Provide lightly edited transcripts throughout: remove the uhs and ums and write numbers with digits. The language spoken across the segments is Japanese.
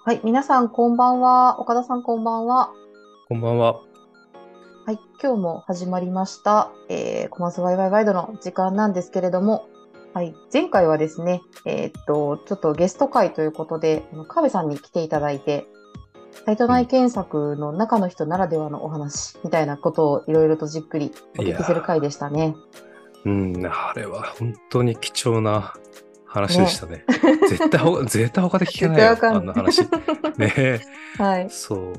はい、皆さんこんばんは。岡田さんこんばんは。 こんばんは。 はい、今日も始まりました、コマースワイワイワイドの時間なんですけれども、はい、前回はですね、ちょっとゲスト会ということで、川辺さんに来ていただいて、サイトうん。 内検索の中の人ならではのお話みたいなことをいろいろとじっくりおい聞きするや回でしたね。 あれは本当に貴重な話でしね。 たね。絶対他で聞け絶ないよ、 対わかんない。 あんな話。ねえ。 はい。 そう。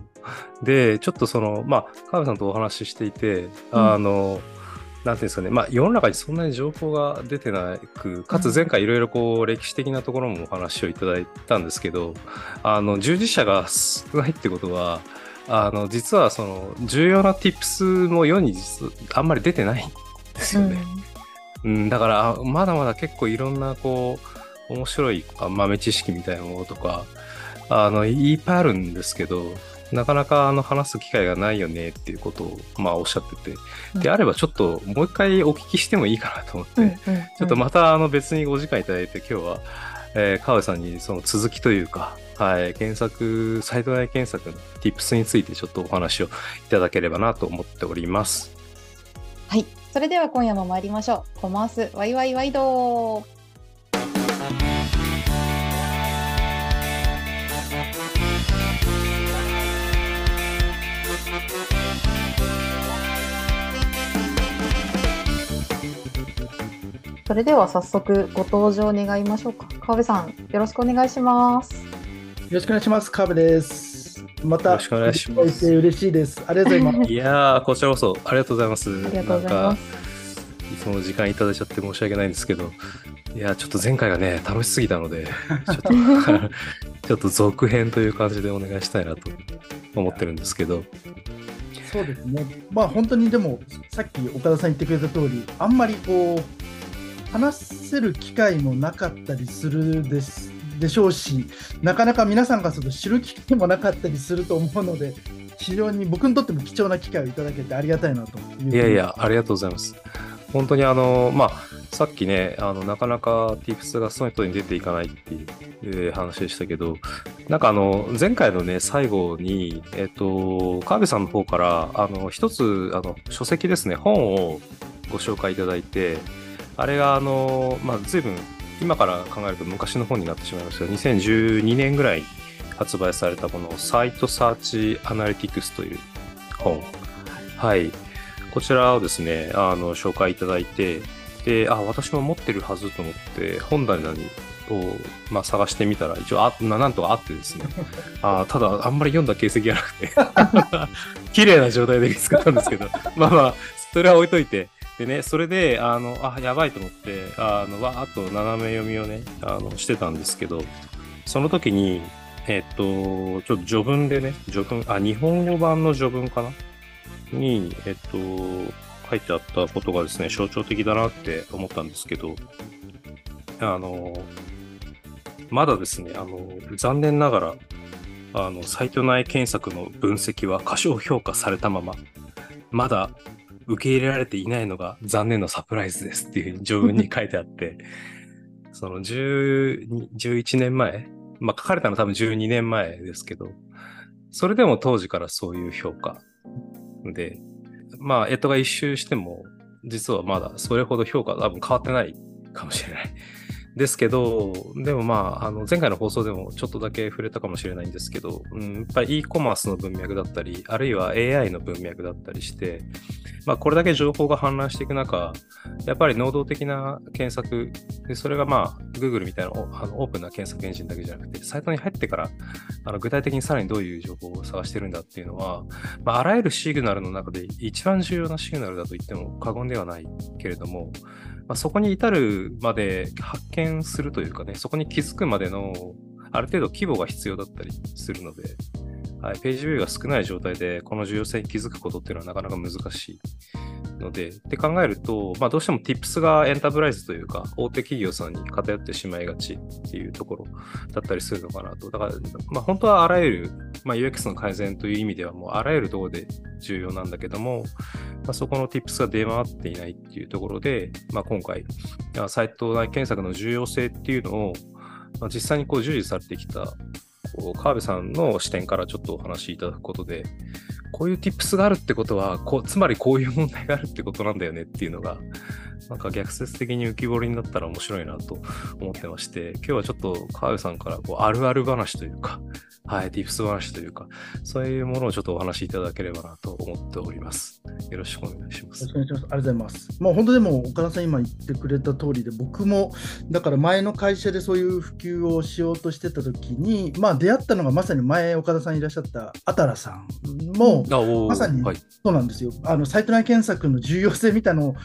で、ちょっと川辺さんとお話ししていて、 うん。 なんていうんですかね、世の中にそんなに情報が出てなく、かつ前うん。 回いろいろこう、歴史的なところもお話をいただいたんですけど、従事者が少ないってことは、実はその、重要な tips も世にあんまり出てないんですよね。 うん。 うん、だからまだまだ結構いろんなこう面白い豆知識みたいなものとかいっぱいあるんですけど、なかなか話す機会がないよねっていうことをおっしゃってて、 うん。 であればちょっともう一回お聞きしてもいいかなと思って、 うん。うん。 ちょっとまた別にお時間いただいて今日は、川辺さんにその続きというか、はい、サイト内検索の Tips についてちょっとお話をいただければなと思っております。 はい。それでは今夜も参りましょう。コマースワイワイワイド。それでは早速ご登場願いましょうか。川辺さん、よろしくお願いします。 よろしくお願いします。カーブです。まよろた、 しくお願いしいただいてます。 嬉しいです。ありがとうございます。 いやー、こちらこそありがとうございます。 ありがとうございまなんか、 す。 いつも時間いただいちゃって申し訳ないんですけど、いやー、ちょっと前回がね、楽しすぎたので、ちょっとちょっと続編という感じでお願いしたいなと思ってるんですけど、 そうですね。本当にでも、さっき岡田さん言ってくれた通り、あんまり話せる機会もなかったりするでしょうし、なかなか皆さんがその知る機会もなかったりすると思うので、非常に僕にとっても貴重な機会をいただけてありがたいなというふうに。 いやいや、ありがとうございます。本当にさっきね、なかなか Tips が外に出ていかないっていう話でしたけど、なんか前回のね、最後に、川辺さんの方から、一つ、書籍ですね、本をご紹介いただいて、あれが、随分、今から考えると昔の本になってしまいましたが、2012年ぐらいに発売されたこのサイトサーチアナリティクスという本。はい。こちらをですね、紹介いただいて、で、私も持ってるはずと思って、本棚を、探してみたら、一応なんとかあってですね、ただ、あんまり読んだ形跡がなくて、綺麗な状態で見つかったんですけど、それは置いといて、でね、それで、やばいと思って、わーっと斜め読みをね、してたんですけど、その時に、ちょっと序文でね、日本語版の序文かなに、書いてあったことがですね、象徴的だなって思ったんですけど、あの、まだですね、残念ながら、サイト内検索の分析は過小評価されたまま、まだ受け入れられていないのが残念なサプライズですっていうふうに序文に書いてあって、その11年前、書かれたのは多分12年前ですけど、それでも当時からそういう評価で、が一周しても、実はまだそれほど評価は多分変わってないかもしれない。ですけど、でも前回の放送でもちょっとだけ触れたかもしれないんですけど、やっぱり e コマースの文脈だったり、あるいは AI の文脈だったりして、これだけ情報が氾濫していく中、やっぱり能動的な検索、でそれがGoogle みたいなオープンな検索エンジンだけじゃなくて、サイトに入ってから具体的にさらにどういう情報を探してるんだっていうのは、あらゆるシグナルの中で一番重要なシグナルだと言っても過言ではないけれども、そこに至るまで発見するというかね、そこに気づくまでのある程度規模が必要だったりするので、はい、ページビューが少ない状態でこの重要性に気づくことっていうのはなかなか難しいので、って考えると、どうしても Tips がエンタープライズというか大手企業さんに偏ってしまいがちっていうところだったりするのかなと。だから、本当はあらゆる、UX の改善という意味ではもうあらゆるところで重要なんだけども、そこの Tips が出回っていないっていうところで、今回サイト内検索の重要性っていうのを、実際にこう従事されてきた川辺さんの視点からちょっとお話しいただくことで、こういう tips があるってことは、つまりこういう問題があるってことなんだよねっていうのが、なんか逆説的に浮き彫りになったら面白いなと思ってまして、今日はちょっと川辺さんからあるある話というか、はい、tips 話というか、そういうものをちょっとお話しいただければなと思っております。よろしくお願いします。 よろしくお願いします。ありがとうございます。もう本当でも岡田さん今言ってくれた通りで、僕もだから前の会社でそういう普及をしようとしてた時に、出会ったのがまさに前岡田さんいらっしゃったあたらさんも、まさにそうなんですよ。サイト内検索の重要性みたいなのを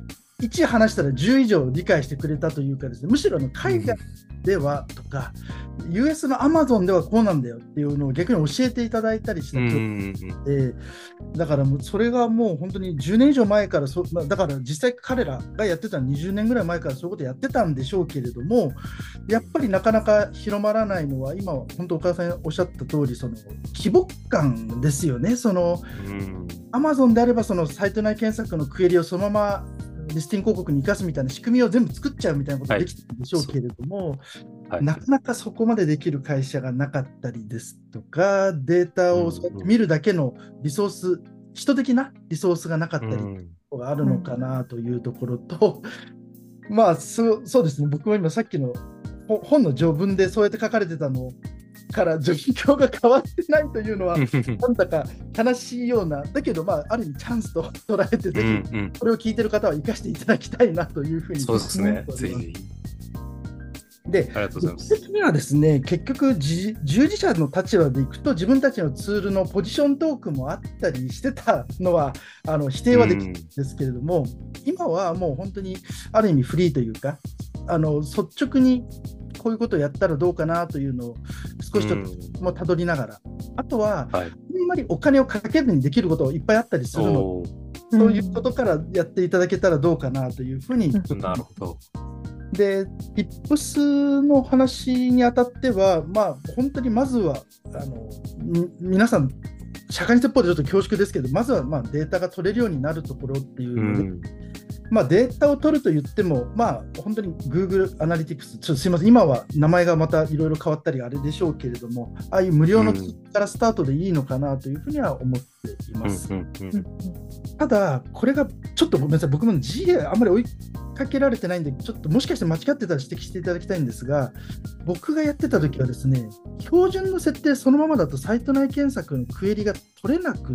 1話したら10以上理解してくれたというかですね、むしろ海外ではとか、US の Amazon ではこうなんだよっていうのを逆に教えていただいたりしたとで、だからもうそれがもう本当に10年以上前からだから実際彼らがやってた20年ぐらい前からそういうことやってたんでしょうけれども、やっぱりなかなか広まらないのは今は本当岡田さんがおっしゃった通り、その規模感ですよね。Amazon であればそのサイト内検索のクエリをそのままリスティング広告に生かすみたいな仕組みを全部作っちゃうみたいなことができたんでしょうけれども、なかなかそこまでできる会社がなかったりですとか、データをそうやって見るだけのリソース、人的なリソースがなかったりがあるのかなというところと、そうですね、僕は今さっきの本の序文でそうやって書かれてたのから状況が変わってないというのはなんだか悲しいような、だけどある意味チャンスと捉えて、ぜひこれを聞いてる方は生かしていただきたいなというふうにそうですね、ぜひ。 で、ありがとうございます。的にはですね、結局従事者の立場でいくと、自分たちのツールのポジショントークもあったりしてたのは否定はできるんですけれども、今はもう本当にある意味フリーというか、率直にこういうことをやったらどうかなというのを少しちょっともたどりながら、あとは、あんまりお金をかけずにできることがいっぱいあったりするので、そういうことからやっていただけたらどうかなというふうに。 なるほど。 で、Tips の話にあたっては、本当にまずは皆さん、社会説法でちょっと恐縮ですけど、まずはデータが取れるようになるところっていうので、データを取ると言っても、本当に Google アナリティクス、ちょっとすいません、今は名前がまたいろいろ変わったりあれでしょうけれども、ああいう無料のツールからスタートでいいのかなというふうには思っています。ただ、これがちょっとごめんなさい、僕も GA あんまり追いかけられてないんで、ちょっともしかして間違ってたら指摘していただきたいんですが、僕がやってた時はですね、標準の設定そのままだとサイト内検索のクエリが取れなくって、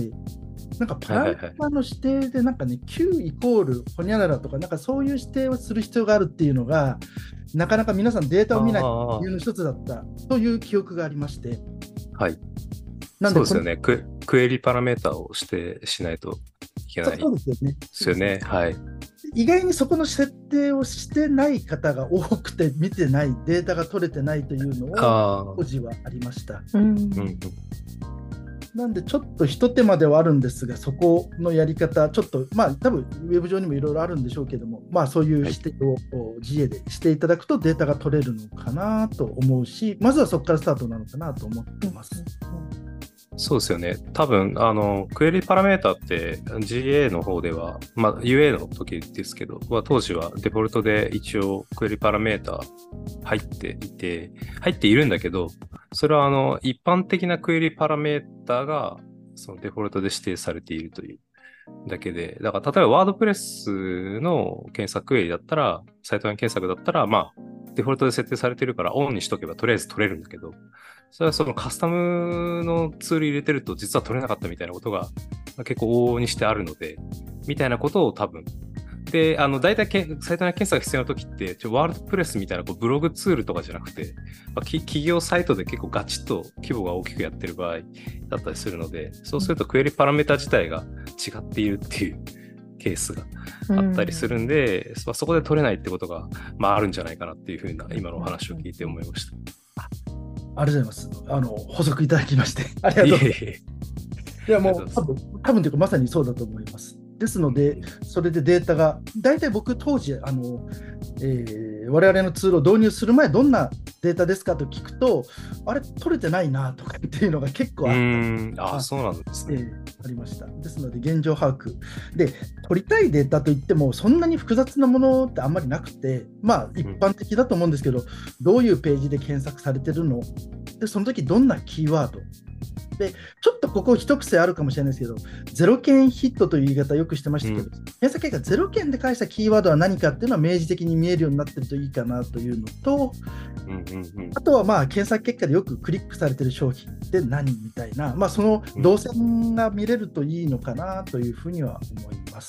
なんかパラメータの指定でQ イコールホニャララとか、そういう指定をする必要があるっていうのが、なかなか皆さんデータを見ない理由の一つだったという記憶がありまして。 はい。なんでそうですよね。クエリパラメータを指定しないといけない。 そうですよね。 ですよね。はい。 意外にそこの設定をしてない方が多くて、見てない、データが取れてないというのを当時はありました。なんでちょっと一手間ではあるんですが、そこのやり方、ちょっと多分ウェブ上にもいろいろあるんでしょうけども、そういう指定を自営でしていただくとデータが取れるのかなと思うし、まずはそこからスタートなのかなと思っています。 そうですよね。多分、クエリパラメータって GA の方では、UA の時ですけど、当時はデフォルトで一応クエリパラメータ入っているんだけど、それは一般的なクエリパラメータがそのデフォルトで指定されているというだけで、だから例えばワードプレスの検索クエリだったら、サイト内検索だったら、デフォルトで設定されてるからオンにしとけばとりあえず取れるんだけど、それはそのカスタムのツール入れてると実は取れなかったみたいなことが結構往々にしてあるので、みたいなことを多分。で、大体サイト内検索が必要な時って、ワールドプレスみたいなブログツールとかじゃなくて、企業サイトで結構ガチッと規模が大きくやってる場合だったりするので、そうするとクエリパラメータ自体が違っているっていうケースがあったりするんで、そこで取れないってことが、あるんじゃないかなっていうふうな今のお話を聞いて思いました。 ありがとうございます。補足いただきましてありがとうございます。いやもう多分というかまさにそうだと思います。ですので、それでデータが、大体僕当時我々のツールを導入する前、どんなデータですかと聞くと、あれ、取れてないなとかっていうのが結構あった。 そうなんですね。 ありました。ですので、現状把握。で、取りたいデータといっても、そんなに複雑なものってあんまりなくて、一般的だと思うんですけど、どういうページで検索されてるので、その時どんなキーワードで、ちょっとここ一癖あるかもしれないですけど、ゼロ件ヒットという言い方よくしてましたけど、検索結果ゼロ件で返したキーワードは何かっていうのは明示的に見えるようになってるといいかなというのと、あとはまあ検索結果でよくクリックされてる商品って何みたいな、まあ、その動線が見れるといいのかなというふうには思います。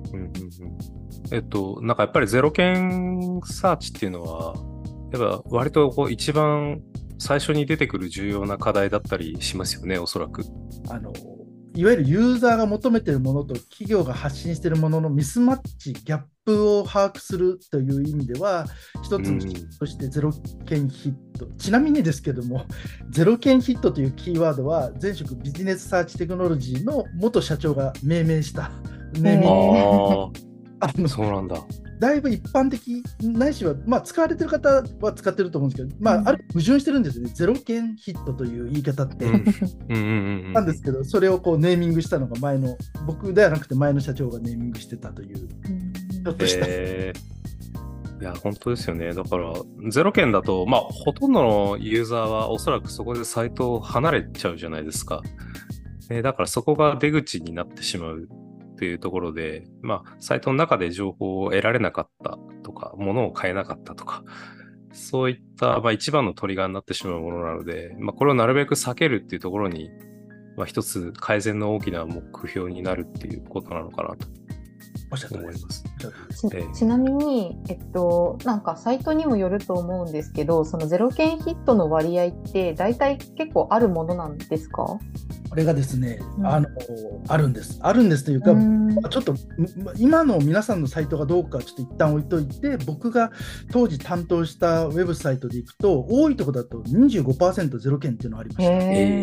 なんかやっぱりゼロ件サーチっていうのは、やっぱ割とこう一番最初に出てくる重要な課題だったりしますよね、おそらく。 いわゆるユーザーが求めているものと企業が発信しているもののミスマッチ、ギャップを把握するという意味では、一つのヒットとしてゼロ件ヒット、ちなみにですけども、ゼロ件ヒットというキーワードは、前職ビジネスサーチテクノロジーの元社長が命名したネーミング。 そうなんだ。 だいぶ一般的ないしは、まあ、使われてる方は使ってると思うんですけど、まあ、ある矛盾してるんですよね。ゼロ件ヒットという言い方ってなんですけど、それをこうネーミングしたのが僕ではなくて前の社長がネーミングしてたという、ちょっとした。 いや、本当ですよね。だから、ゼロ件だと、まあ、ほとんどのユーザーはおそらくそこでサイトを離れちゃうじゃないですか。だからそこが出口になってしまう。というところで、まあ、サイトの中で情報を得られなかったとか、物を買えなかったとか、そういった、まあ、一番のトリガーになってしまうものなので、まあ、これをなるべく避けるっていうところに、まあ、一つ改善の大きな目標になるっていうことなのかなと思います。 ちなみに、なんかサイトにもよると思うんですけど、そのゼロ件ヒットの割合って大体結構あるものなんですか？ これがですね、あるんです。あるんですというか、ちょっと今の皆さんのサイトがどうかちょっと一旦置いといて、僕が当時担当したウェブサイトでいくと、多いところだと 25% ゼロ件っていうのがありました。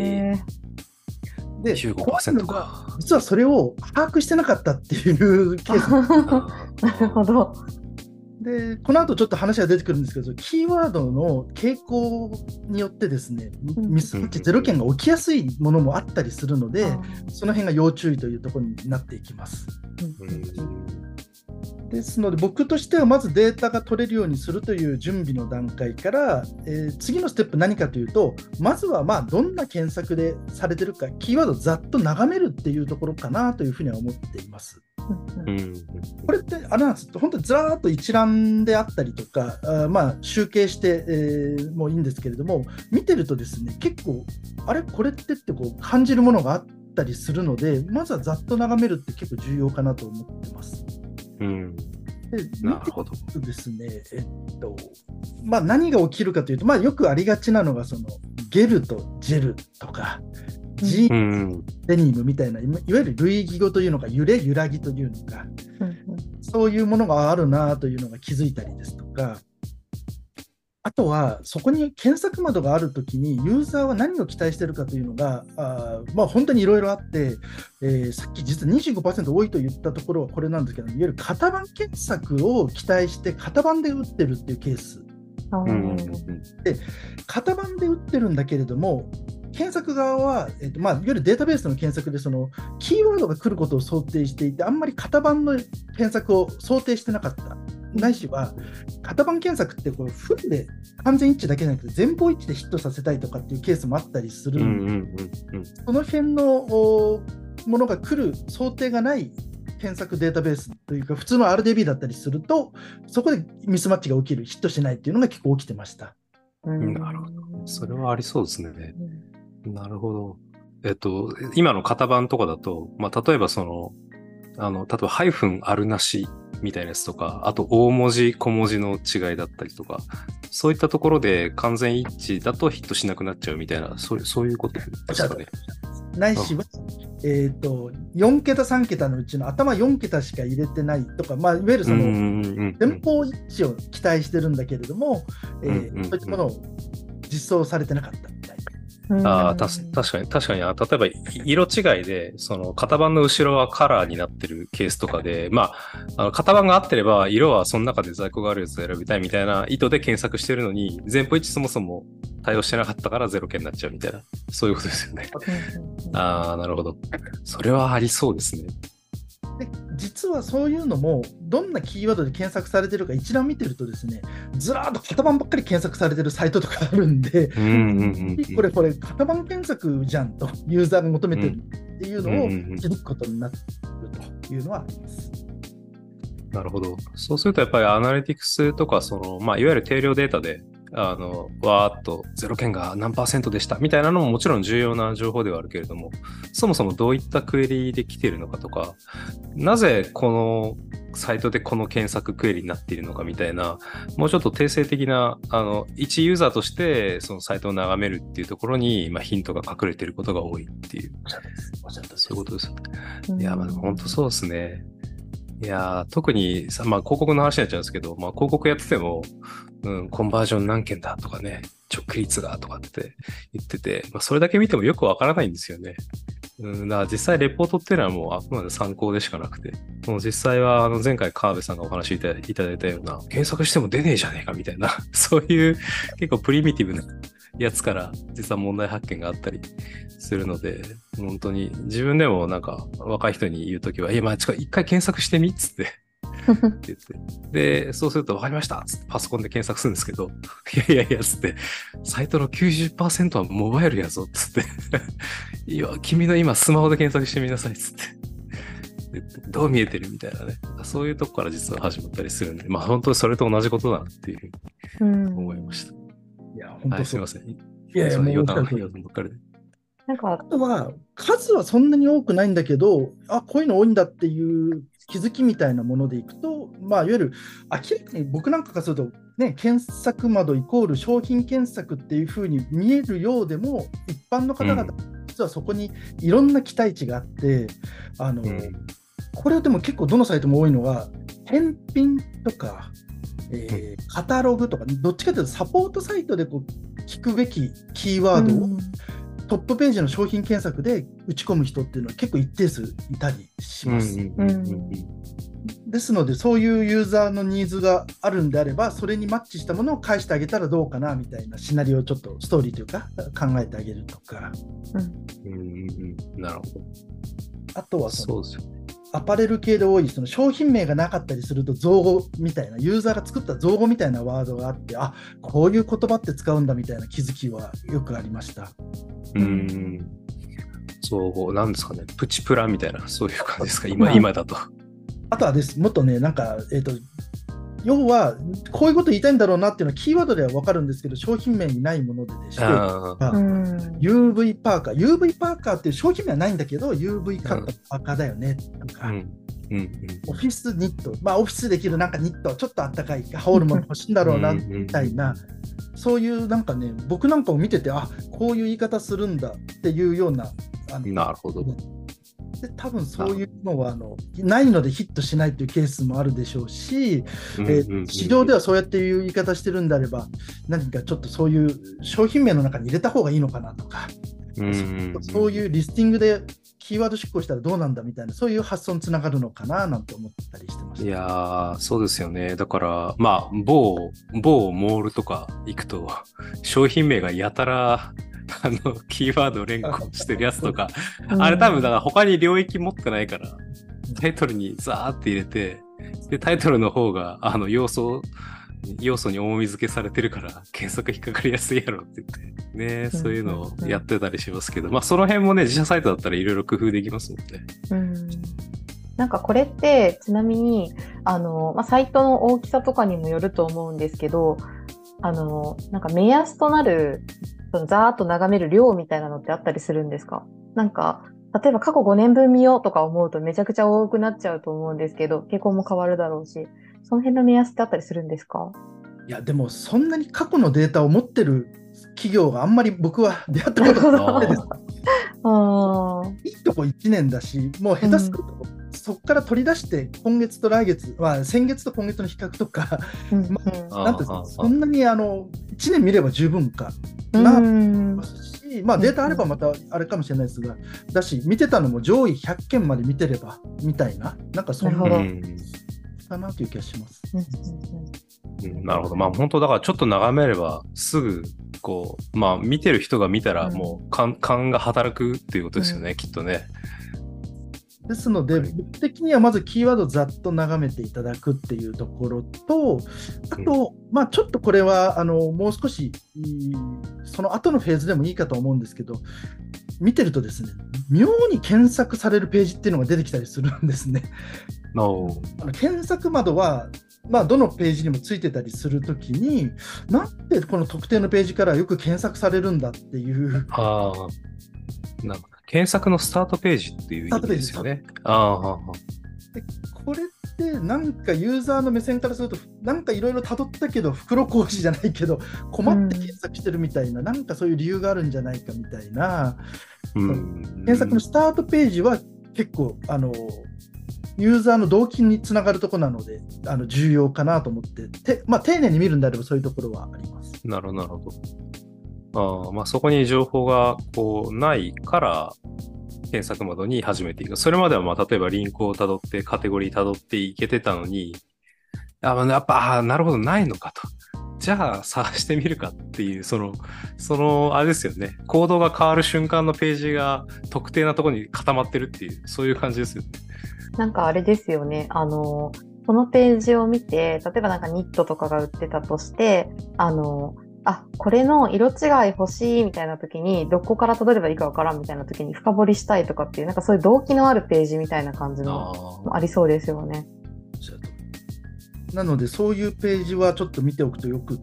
で、 25% か。 実はそれを把握してなかったっていうケース。 なるほど。 で、この後ちょっと話が出てくるんですけど、キーワードの傾向によってですね、ミスマッチゼロ件が起きやすいものもあったりするので、その辺が要注意というところになっていきます。ですので、僕としてはまずデータが取れるようにするという準備の段階から、次のステップ何かというと、まずはまあどんな検索でされてるか、キーワードをざっと眺めるっていうところかなというふうには思っています。これってあれなんです。本当にずらーっと一覧であったりとか、まあ集計して、もいいんですけれども、見てるとですね、結構あれこれってこう感じるものがあったりするので、まずはざっと眺めるって結構重要かなと思ってます。でなるほどですね。まあ、何が起きるかというと、まあ、よくありがちなのがそのゲルとジェルとかジーンズ、デニムみたいな、いわゆる類義語というのか揺らぎというのか、そういうものがあるなというのが気づいたりですとか、あとはそこに検索窓があるときにユーザーは何を期待しているかというのがまあ、本当にいろいろあって、さっき実は 25% 多いと言ったところはこれなんですけど、いわゆる型番検索を期待して型番で打ってるっていうケースで、型番で打ってるんだけれども、検索側は、まあ、いわゆるデータベースの検索でそのキーワードが来ることを想定していて、あんまり型番の検索を想定してなかった。ないしは型番検索ってこうフルで完全一致だけじゃなくて前方一致でヒットさせたいとかっていうケースもあったりするので、その辺のものが来る想定がない検索データベースというか普通の RDB だったりすると、そこでミスマッチが起きる、ヒットしないっていうのが結構起きてました。 なるほど。それはありそうですね。なるほど。今の型番とかだと、まあ、例えば例えばハイフンあるなしみたいなやつとか、あと大文字小文字の違いだったりとか、そういったところで完全一致だとヒットしなくなっちゃうみたいな、そういうことですかね。 ないしは、4桁3桁のうちの頭4桁しか入れてないとか、まあ、いわゆるその前方一致を期待してるんだけれども、そういったものを実装されてなかったみたいな。 確かに、例えば色違いで、その型番の後ろはカラーになってるケースとかで、まあ、型番が合ってれば、色はその中で在庫があるやつを選びたいみたいな意図で検索してるのに、前方一致そもそも対応してなかったからゼロ件になっちゃうみたいな、そういうことですよね。なるほど。それはありそうですね。 で実はそういうのもどんなキーワードで検索されてるか一覧見てるとですね、ずらーっと型番ばっかり検索されてるサイトとかあるんで、これ型番検索じゃんとユーザーが求めてるっていうのを気づくことになっているというのはあります。 なるほど。そうするとやっぱりアナリティクスとかいわゆる定量データでわーっと0件が何%でしたみたいなのももちろん重要な情報ではあるけれども、そもそもどういったクエリで来ているのかとか、なぜこのサイトでこの検索クエリになっているのかみたいな、もうちょっと定性的な一ユーザーとしてそのサイトを眺めるっていうところに、ヒントが隠れていることが多いっていう、そういうことです。いや、本当そうですね。いや特に広告の話になっちゃうんですけど、広告やってても、コンバージョン何件だとかね、直帰率がとかって言ってて、それだけ見てもよくわからないんですよね。だから実際レポートっていうのはもうあくまで参考でしかなくて、もう実際は前回川辺さんがお話しいただいたような、検索しても出ねえじゃねえかみたいな、そういう結構プリミティブなやつから実は問題発見があったりするので、本当に自分でも若い人に言うときは、一回検索してみっつって言って、で、そうすると分かりましたっつってパソコンで検索するんですけど、いやつって、サイトの 90% はモバイルやぞっつって、いや、君の今スマホで検索してみなさいっつって。どう見えてるみたいなね。そういうとこから実は始まったりするんで、本当にそれと同じことだなっていうふうに思いました。 いや、本当すいません。 いや、もう余談ばっかりで。 あとは、数はそんなに多くないんだけど、こういうの多いんだっていう気づきみたいなものでいくと、いわゆる明らかに僕なんかからすると、ね、検索窓イコール商品検索っていうふうに見えるようでも、一般の方々、実はそこにいろんな期待値があって、これはでも結構どのサイトも多いのは、返品とか、カタログとか、どっちかというとサポートサイトで聞くべきキーワードを、トップページの商品検索で打ち込む人っていうのは結構一定数いたりします。ですので、そういうユーザーのニーズがあるんであれば、それにマッチしたものを返してあげたらどうかなみたいなシナリオをちょっとストーリーというか考えてあげるとか。 なるほど。 あとはそうですよね。 アパレル系で多いその商品名がなかったりすると造語みたいなユーザーが作った造語みたいなワードがあって、こういう言葉って使うんだみたいな気づきはよくありました。 造語なんですかね、プチプラみたいなそういう感じですか、今だと。 あとはもっとね要はこういうこと言いたいんだろうなっていうのはキーワードでは分かるんですけど、商品名にないものでして、UV パーカーっていう商品名はないんだけど UV カットパーカーだよねとか、オフィスニット、オフィスできるニットちょっとあったかい羽織るもの欲しいんだろうなみたいな、そういう僕なんかを見ててこういう言い方するんだっていうようななるほど。 で多分そういうのはないのでヒットしないというケースもあるでしょうし、市場ではそうやっていう言い方してるんであれば、何かちょっとそういう商品名の中に入れた方がいいのかなとか、そういうリスティングでキーワード執行したらどうなんだみたいな、そういう発想につながるのかななんて思ったりしてました。 いやそうですよね。だから某モールとか行くと商品名がやたらキーワード連呼してるやつとか、あれ多分だから他に領域持ってないから、タイトルにザーって入れて、で、タイトルの方が、要素に重み付けされてるから、検索引っかかりやすいやろって言って、ね、そういうのをやってたりしますけど、その辺もね、自社サイトだったらいろいろ工夫できますもんね。 これってちなみにサイトの大きさとかにもよると思うんですけど、目安となるざーっと眺める量みたいなのってあったりするんですか？例えば過去5年分見ようとか思うとめちゃくちゃ多くなっちゃうと思うんですけど、傾向も変わるだろうし、その辺の目安ってあったりするんですか？ いやでもそんなに過去のデータを持ってる企業があんまり僕は出会ったことがなくてです。いいとこ1年だし、もう下手するとそこから取り出して今月と来月、先月と今月の比較とか、なんてそんなに1年見れば十分かなますし、データあればまたあれかもしれないですが、だし見てたのも上位100件まで見てればみたいな、そんなかなという気がします。 なるほど。本当だからちょっと眺めればすぐ見てる人が見たらもう勘が働くっていうことですよね、きっとね。 ですので、僕的にはまずキーワードをざっと眺めていただくっていうところと、あと、ちょっとこれはもう少しその後のフェーズでもいいかと思うんですけど、見てるとですね、妙に検索されるページっていうのが出てきたりするんですね。検索窓は、どのページにもついてたりするときに、なんでこの特定のページからよく検索されるんだっていう。 なんか検索のスタートページっていう意味ですよね。 でこれってなんかユーザーの目線からするとなんかいろいろ辿ったけど袋小路じゃないけど困って検索してるみたいな、なんかそういう理由があるんじゃないかみたいな、検索のスタートページは結構ユーザーの動機につながるところなので重要かなと思って丁寧に見るんであればそういうところはあります。 なるほど。そこに情報がこうないから検索窓に始めていく。それまでは例えばリンクをたどってカテゴリーたどっていけてたのに、やっぱなるほどないのかと。じゃあ探してみるかっていうそのあれですよね。行動が変わる瞬間のページが特定なところに固まってるっていうそういう感じですよね。 なんかあれですよね。このページを見て、例えばなんかニットとかが売ってたとして、これの色違い欲しいみたいな時にどこからたどればいいかわからんみたいな時に深掘りしたいとかっていうなんかそういう動機のあるページみたいな感じのありそうですよね。 なのでそういうページはちょっと見ておくとよくって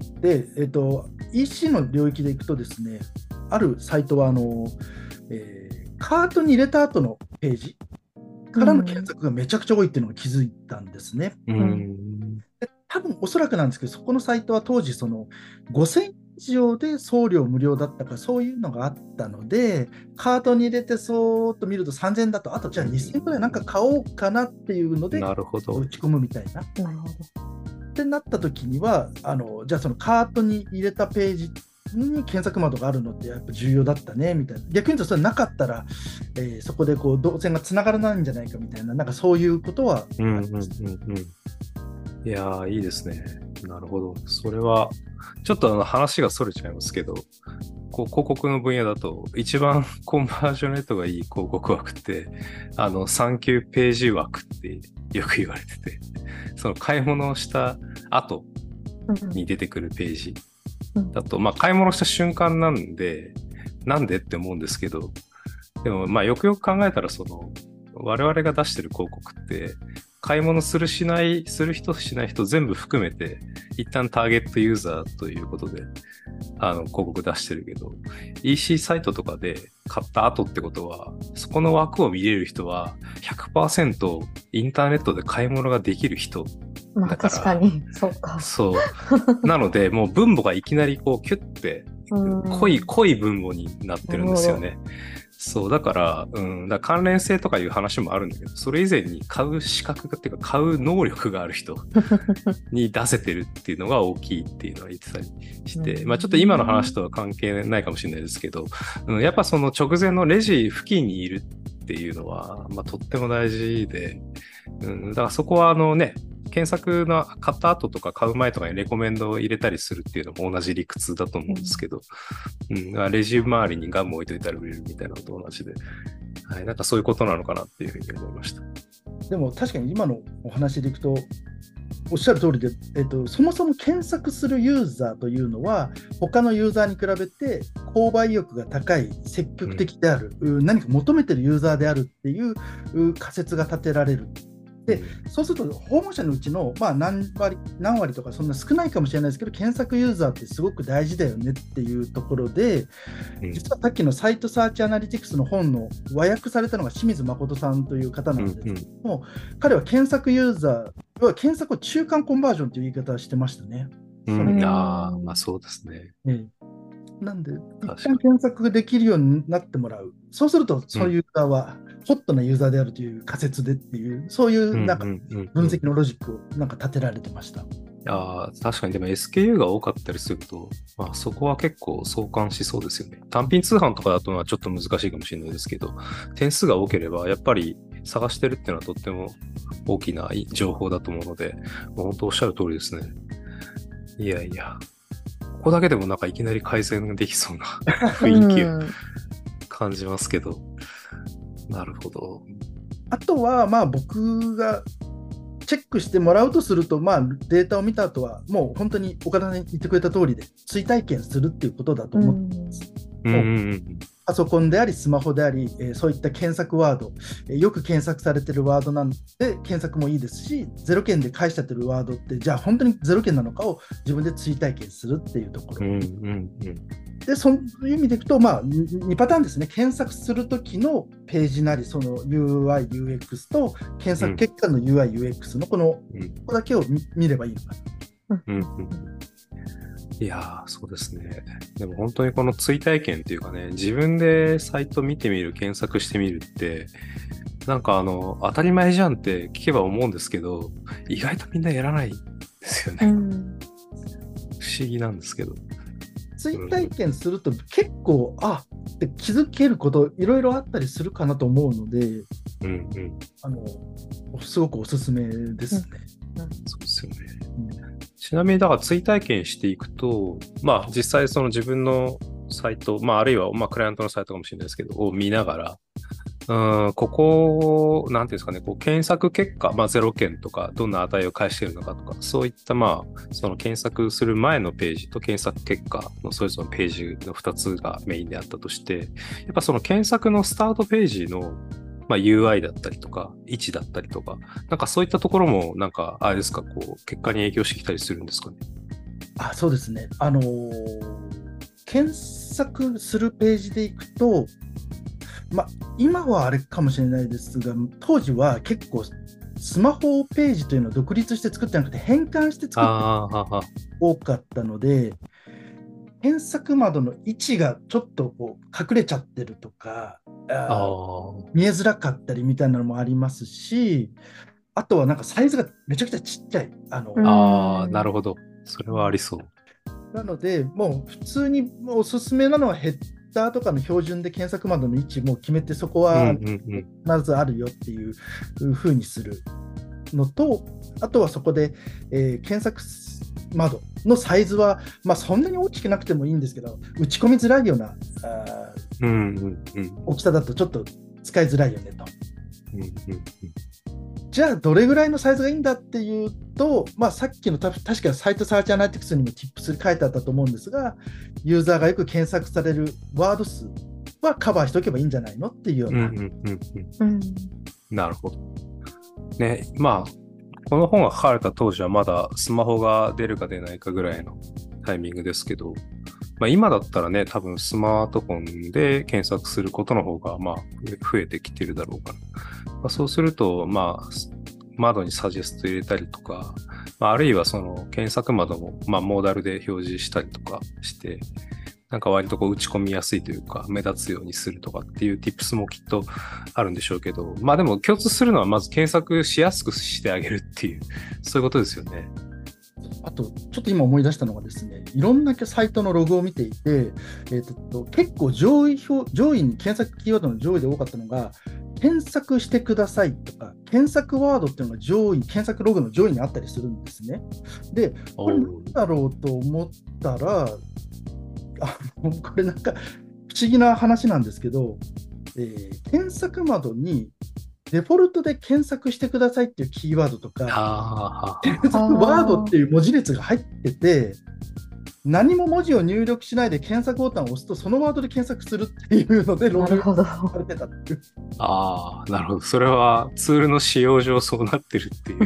、EC の領域でいくとですね、あるサイトはカートに入れた後のページからの検索がめちゃくちゃ多いっていうのを気づいたんですね。で多分おそらくなんですけど、そこのサイトは当時5000円以上で送料無料だったかそういうのがあったので、カートに入れてそーっと見ると3000円だと、あとじゃあ2000円くらいなんか買おうかなっていうので打ち込むみたいな。ってなった時にはじゃあそのカートに入れたページに検索窓があるのってやっぱ重要だったねみたいな。逆に言うとそれなかったら、そこで動線がつながらないんじゃないかみたいな、なんかそういうことはあります。 いやー、いいですね。なるほど。それは、ちょっと話がそれちゃいますけど、広告の分野だと、一番コンバージョンレートがいい広告枠って、3級ページ枠ってよく言われてて、その買い物をした後に出てくるページだと、買い物した瞬間なんでって思うんですけど、でも、よくよく考えたら、我々が出してる広告って、買い物する人しない人全部含めて一旦ターゲットユーザーということで広告出してるけど EC サイトとかで買った後ってことはそこの枠を見れる人は 100% インターネットで買い物ができる人だから、 確かにそうか。 そうなのでもう分母がいきなりキュッて濃い分母になってるんですよね。そうだから関連性とかいう話もあるんだけど、それ以前に買う資格っていうか買う能力がある人に出せてるっていうのが大きいっていうのは言ってたりして、ちょっと今の話とは関係ないかもしれないですけど、やっぱその直前のレジ付近にいるっていうのは、とっても大事で、だからそこは検索の買った後とか買う前とかにレコメンドを入れたりするっていうのも同じ理屈だと思うんですけど、レジ周りにガム置いといたら売れるみたいなのと同じで、はい、なんかそういうことなのかなっていうふうに思いました。 でも確かに今のお話でいくとおっしゃる通りで、そもそも検索するユーザーというのは他のユーザーに比べて購買意欲が高い、積極的である、何か求めてるユーザーであるっていう仮説が立てられる。でそうすると訪問者のうちの、何割とかそんな少ないかもしれないですけど、検索ユーザーってすごく大事だよねっていうところで、実はさっきのサイトサーチアナリティクスの本の和訳されたのが清水誠さんという方なんですけども、彼は検索ユーザーは検索を中間コンバージョンという言い方をしてましたね。 そうですね。 なんで一旦検索ができるようになってもらう。そうするとそういうユーザーはホットなユーザーであるという仮説でっていう、そういうなんか分析のロジックをなんか立てられてました。 確かにでも SKU が多かったりすると、そこは結構相関しそうですよね。単品通販とかだとちょっと難しいかもしれないですけど、点数が多ければやっぱり探してるっていうのはとっても大きな情報だと思うので、本当おっしゃる通りですね。いやいや、ここだけでもなんかいきなり改善ができそうな雰囲気を感じますけど、なるほど。 あとは、まあ、僕がチェックしてもらうとすると、まあ、データを見た後は、もう本当に岡田さんに言ってくれた通りで、追体験するっていうことだと思ってます。もうパソコンであり、スマホであり、そういった検索ワード、よく検索されてるワードなんで、検索もいいですし、ゼロ件で返しちゃってるワードって、じゃあ本当にゼロ件なのかを自分で追体験するっていうところ。で、そういう意味でいくと、まあ、2パターンですね。検索するときのページなり、その UI、UX と、検索結果の UI、UX のここだけを見ればいいのかな。 いやー、そうですね。でも本当にこの追体験っていうかね、自分でサイト見てみる、検索してみるって、なんか当たり前じゃんって聞けば思うんですけど、意外とみんなやらないですよね。不思議なんですけど。 追体験すると結構、って気づけることいろいろあったりするかなと思うので、すごくおすすめですね。 そうですよね。ちなみにだから追体験していくと、まあ実際その自分のサイト、まああるいはまあクライアントのサイトかもしれないですけど、を見ながら、ここ、なんていうんですかね、こう検索結果、まあ0件とか、どんな値を返しているのかとか、そういったまあ、その検索する前のページと検索結果のそれぞれのページの2つがメインであったとして、やっぱその検索のスタートページのまあ、UI だったりとか、位置だったりとか、なんかそういったところも、なんか、あれですか、こう、結果に影響してきたりするんですかね。 そうですね。検索するページでいくと、まあ、今はあれかもしれないですが、当時は結構、スマホページというのを独立して作ってなくて、変換して作って多かったので、検索窓の位置がちょっとこう隠れちゃってるとか、見えづらかったりみたいなのもありますし、あとはなんかサイズがめちゃくちゃちっちゃい。 なるほど。それはありそう。 なので、もう普通におすすめなのはヘッダーとかの標準で検索窓の位置も決めて、そこは必ずあるよっていう風にするのと、あとはそこで、検索窓のサイズは、まあ、そんなに大きくなくてもいいんですけど、打ち込みづらいような大きさだとちょっと使いづらいよねと。じゃあどれぐらいのサイズがいいんだっていうと、まあ、さっきの確かサイトサーチアナリティクスにも Tips に書いてあったと思うんですが、ユーザーがよく検索されるワード数はカバーしておけばいいんじゃないのっていうような。 なるほど。ね、まあこの本が書かれた当時はまだスマホが出るか出ないかぐらいのタイミングですけど、まあ、今だったらね、多分スマートフォンで検索することの方がまあ増えてきてるだろうから。まあ、そうすると、まあ、窓にサジェスト入れたりとか、まあ、あるいはその検索窓もまあモーダルで表示したりとかして、なんか割とこう打ち込みやすいというか目立つようにするとかっていう tips もきっとあるんでしょうけど、まあでも共通するのはまず検索しやすくしてあげるっていう、そういうことですよね。 あと、ちょっと今思い出したのがですね、いろんなサイトのログを見ていて、結構上位に検索キーワードの上位で多かったのが、検索してくださいとか、検索ワードっていうのが検索ログの上位にあったりするんですね。で、これ何だろうと思ったら、これなんか不思議な話なんですけど、検索窓にデフォルトで検索してくださいっていうキーワードとか、検索ワードっていう文字列が入ってて、何も文字を入力しないで検索ボタンを押すと、そのワードで検索するっていうのでログされてたっていう。 なるほど。それはツールの使用上そうなってるっていう。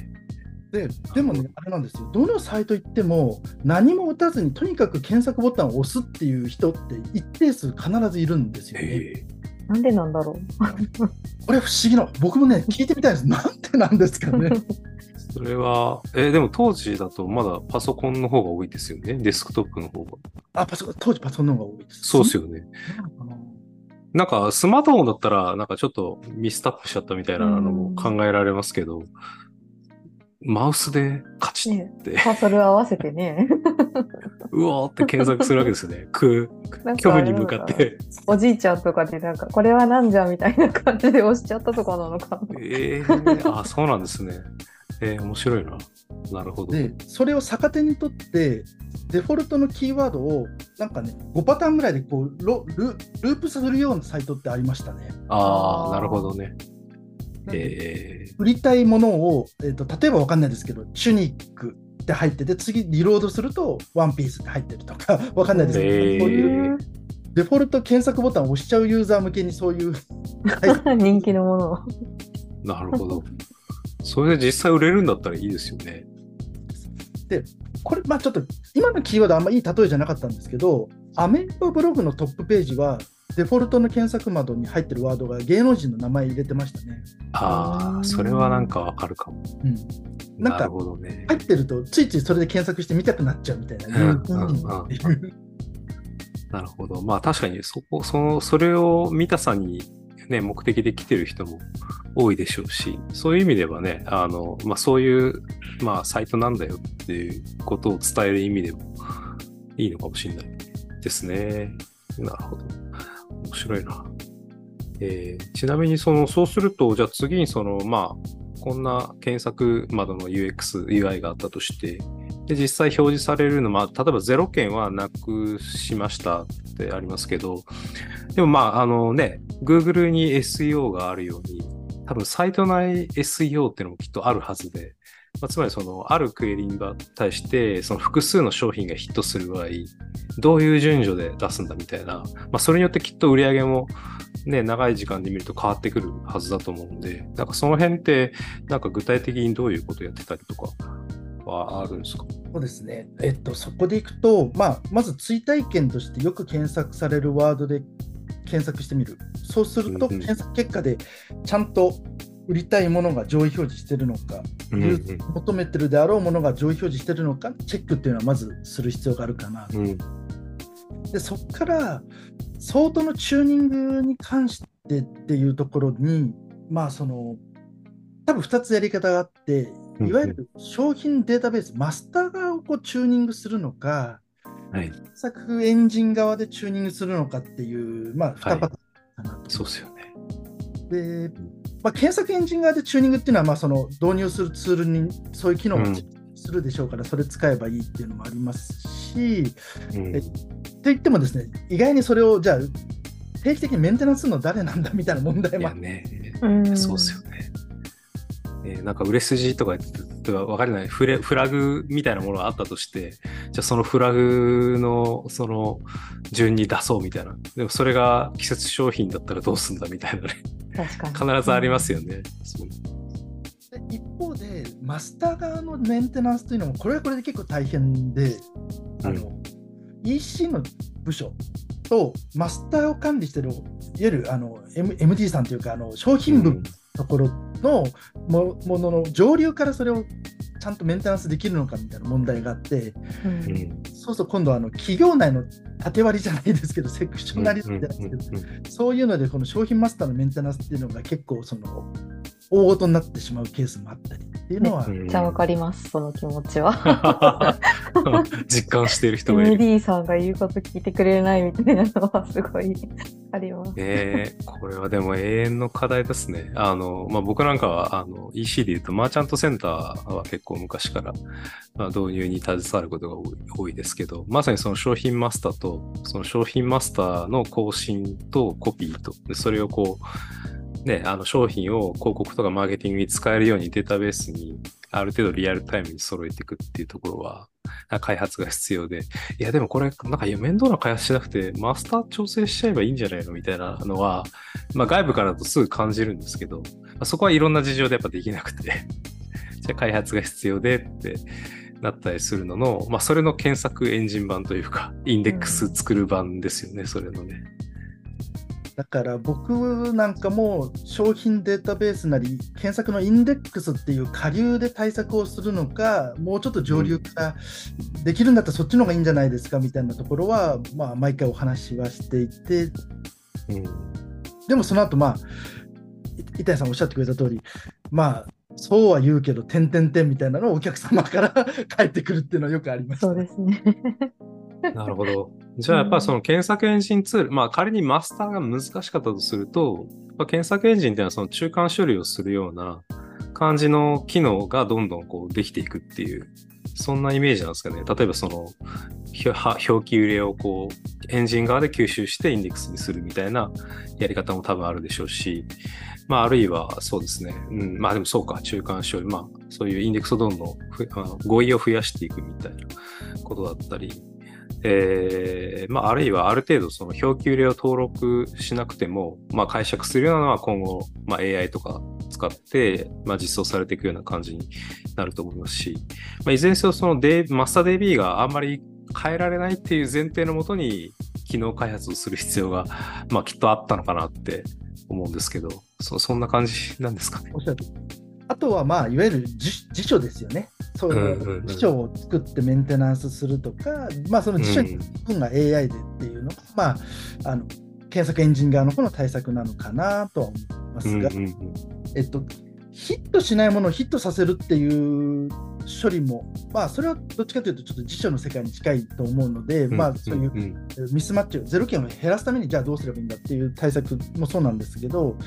でもね、あれなんですよ。どのサイト行っても何も打たずにとにかく検索ボタンを押すっていう人って一定数必ずいるんですよね。 なんでなんだろう。これ不思議な。僕もね、聞いてみたいです。なんでなんですかね。 それは、でも当時だとまだパソコンの方が多いですよね。デスクトップの方が。 当時パソコンの方が多いです。 そうですよね。なんかスマートフォンだったらなんかちょっとミスタップしちゃったみたいなのも考えられますけど、マウスでカチッって、 カーソル合わせてねうわーって検索するわけですね。虚無に向かっておじいちゃんとかでなんかこれはなんじゃみたいな感じで押しちゃったとかなのかな。そうなんですね。面白いな。なるほど。 でそれを逆手にとってデフォルトのキーワードをなんかね、5パターンぐらいでこうループするようなサイトってありましたね。 なるほどね。 売りたいものを、例えばわかんないですけど、チュニックって入ってて、次リロードするとワンピースって入ってるとか、わかんないですけど、そういうデフォルト検索ボタンを押しちゃうユーザー向けにそういう人気のものを。 なるほど。それで実際売れるんだったらいいですよね。 で、これ、ちょっと今のキーワードあんまいい例えじゃなかったんですけど、アメーバブログのトップページは、デフォルトの検索窓に入ってるワードが芸能人の名前入れてましたね。 それはなんかわかるかも。 なんか入ってるとついついそれで検索して見たくなっちゃうみたいな。 なるほど。確かにそれを見たさに、ね、目的で来てる人も多いでしょうし、そういう意味ではね、そういう、サイトなんだよっていうことを伝える意味でもいいのかもしれないですね。なるほど。面白いな。ちなみにそうすると、じゃあ次にこんな検索窓の UX、UI があったとして、で、実際表示されるの、例えば0件はなくしましたってありますけど、でもGoogle に SEO があるように、多分サイト内 SEO っていうのもきっとあるはずで、つまりあるクエリに対して、複数の商品がヒットする場合、どういう順序で出すんだみたいな、それによってきっと売り上げもね、長い時間で見ると変わってくるはずだと思うんで、なんかその辺って、なんか具体的にどういうことをやってたりとかはあるんですか？ そうですね。そこでいくと、まず追体験としてよく検索されるワードで検索してみる。そうすると、検索結果でちゃんと売りたいものが上位表示してるのか、求めてるであろうものが上位表示してるのか、チェックっていうのはまずする必要があるかな。で、そこから、ソートのチューニングに関してっていうところに、多分2つやり方があって、いわゆる商品データベース、マスター側をチューニングするのか、検索エンジン側でチューニングするのかっていう、2パターンかなと。 そうですよね。 で、検索エンジン側でチューニングっていうのは、導入するツールにそういう機能をするでしょうから、それ使えばいいっていうのもありますし、といってもですね、意外にそれをじゃあ定期的にメンテナンスするの誰なんだみたいな問題もある。 そうですよね。なんか売れ筋とか言って分かりないフラグみたいなものがあったとして、じゃあそのフラグのその順に出そうみたいな。でもそれが季節商品だったらどうすんだみたいなね。 確かに。 必ずありますよね。 一方でマスター側のメンテナンスというのもこれはこれで結構大変で、EC の部署とマスターを管理しているいわゆるMD さんというか商品部のところのものの上流からそれをちゃんとメンテナンスできるのかみたいな問題があって、そうすると今度は企業内の縦割りじゃないですけどセクショナリズムじゃないですけど、そういうのでこの商品マスターのメンテナンスっていうのが結構大事になってしまうケースもあったりっていうのはめっちゃわかります、その気持ちは。 実感している人がいる。 MD さんが言うこと聞いてくれないみたいなのはすごいあります。 これはでも永遠の課題ですね。僕なんかはEC で言うとマーチャントセンターは結構昔から、導入に携わることが多いですけど、まさにその商品マスターとその商品マスターの更新とコピーとでそれを商品を広告とかマーケティングに使えるようにデータベースにある程度リアルタイムに揃えていくっていうところは開発が必要で、いやでもこれなんか面倒な開発しなくてマスター調整しちゃえばいいんじゃないのみたいなのは、外部からだとすぐ感じるんですけど、そこはいろんな事情でやっぱできなくてじゃあ開発が必要でってなったりするのの、それの検索エンジン版というかインデックス作る版ですよね、それのね。 だから僕なんかも商品データベースなり検索のインデックスっていう下流で対策をするのか、もうちょっと上流からできるんだったらそっちの方がいいんじゃないですかみたいなところは、毎回お話はしていて、でもその後板谷さんおっしゃってくれた通り、そうは言うけど点々点みたいなのをお客様から返ってくるっていうのはよくありました。 そうですね。 なるほど。じゃあやっぱりその検索エンジンツール、仮にマスターが難しかったとすると、検索エンジンっていうのはその中間処理をするような感じの機能がどんどんできていくっていうそんなイメージなんですかね。例えばその表記揺れをこうエンジン側で吸収してインデックスにするみたいなやり方も多分あるでしょうし、まああるいはそうですね。まあでもそうか、中間処理、まあそういうインデックスをどんどん語彙を増やしていくみたいなことだったり、まああるいはある程度その表記揺れを登録しなくても、まあ解釈するようなのは今後、まあ AI とか使って、まあ実装されていくような感じになると思いますし、まあいずれにせよそのマスター DB があんまり変えられないっていう前提のもとに機能開発をする必要が、まあきっとあったのかなって思うんですけど、そんな感じなんですかね。 おっしゃる。あとは、まあ、いわゆる辞書ですよね。そういう辞書を作ってメンテナンスするとか、まあ、その辞書に分が AI でっていうのが、まあ、検索エンジン側の方の対策なのかなとは思いますが、ヒットしないものをヒットさせるっていう処理も、まあ、それはどっちかというと、ちょっと辞書の世界に近いと思うので、まあ、そういうミスマッチを、ゼロ件を減らすために、じゃあどうすればいいんだっていう対策もそうなんですけど、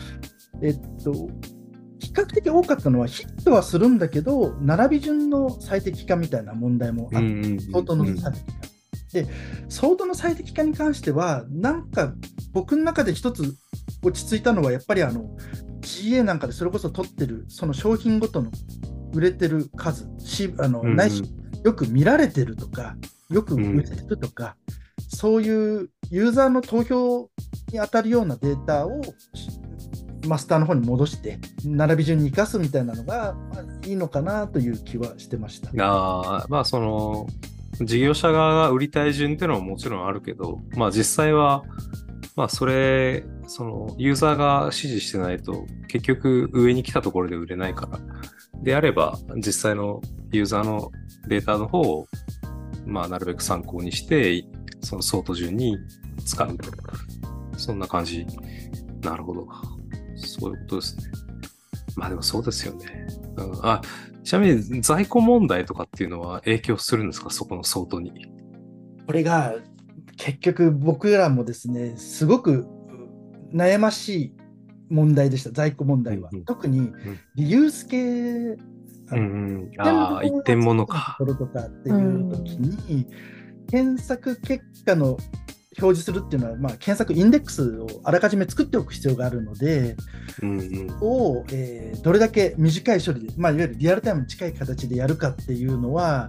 比較的多かったのは、ヒットはするんだけど、並び順の最適化みたいな問題もあって、相当の最適化。で、相当の最適化に関しては、なんか僕の中で一つ落ち着いたのは、やっぱりGA なんかでそれこそ取ってる、その商品ごとの売れてる数、ないし、よく見られてるとか、よく売れてるとか、そういうユーザーの投票に当たるようなデータをマスターの方に戻して並び順に生かすみたいなのが、まあ、いいのかなという気はしてました。 まあその事業者側が売りたい順っていうのはもちろんあるけど、まあ実際はまあそのユーザーが指示してないと結局上に来たところで売れないから、であれば実際のユーザーのデータの方をまあなるべく参考にしてそのソート順に使う。そんな感じ。なるほど。そういうことですね。まあでもそうですよね。ちなみに在庫問題とかっていうのは影響するんですか、そこの相当に。 これが結局僕らもですね、すごく悩ましい問題でした、在庫問題は。特にリユース系、 一点物か。 ところとかっていう時に、検索結果の表示するっていうのは、まあ、検索インデックスをあらかじめ作っておく必要があるので、どれだけ短い処理で、まあ、いわゆるリアルタイムに近い形でやるかっていうのは、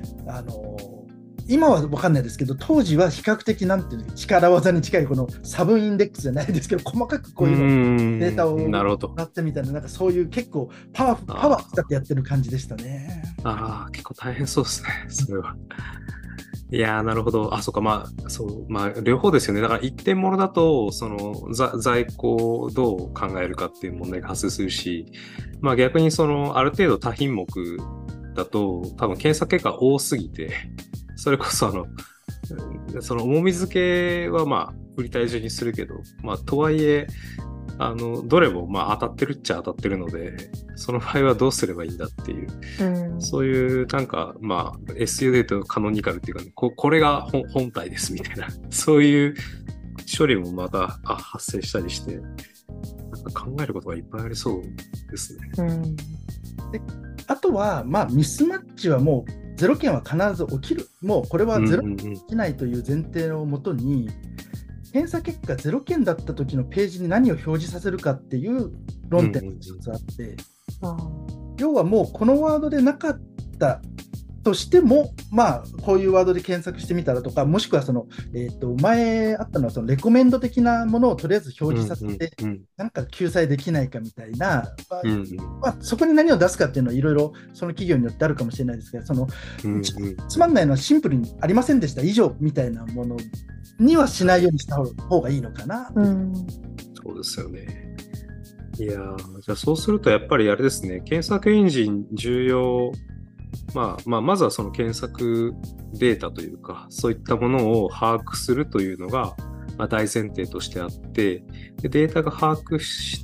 今は分かんないですけど、当時は比較的なんていうの力技に近いこの差分インデックスじゃないですけど、細かくこういうのデータを使ってみたいな、なんかそういう結構パワー使ってやってる感じでしたね。 結構大変そうですね、それは。いやー、なるほど。そうか、まあ、両方ですよね。だから一点物だと、その在庫をどう考えるかっていう問題が発生するし、まあ逆にある程度多品目だと、多分検索結果多すぎて、それこそその重み付けはまあ売りたい順にするけど、まあとはいえ、どれもまあ当たってるっちゃ当たってるので、その場合はどうすればいいんだっていう、そういうなんかまあ SEO で言うとカノニカルっていうか、ね、これが本体ですみたいな、そういう処理もまた発生したりして、なんか考えることがいっぱいありそうですね。 であとは、まあ、ミスマッチはもうゼロ件は必ず起きる。もうこれはゼロ件起きないという前提をもとに、検査結果0件だった時のページに何を表示させるかっていう論点が一つあって、要はもうこのワードでなかったとしても、まあ、こういうワードで検索してみたらとか、もしくは前あったのはそのレコメンド的なものをとりあえず表示させて、なんか救済できないかみたいな、まあ、そこに何を出すかっていうのはいろいろその企業によってあるかもしれないですけど、つまんないのはシンプルにありませんでした以上みたいなものにはしないようにした方がいいのかな。 そうですよね。いやじゃあそうするとやっぱりあれですね、検索エンジン重要。まずはその検索データというか、そういったものを把握するというのが、まあ、大前提としてあって、でデータが把握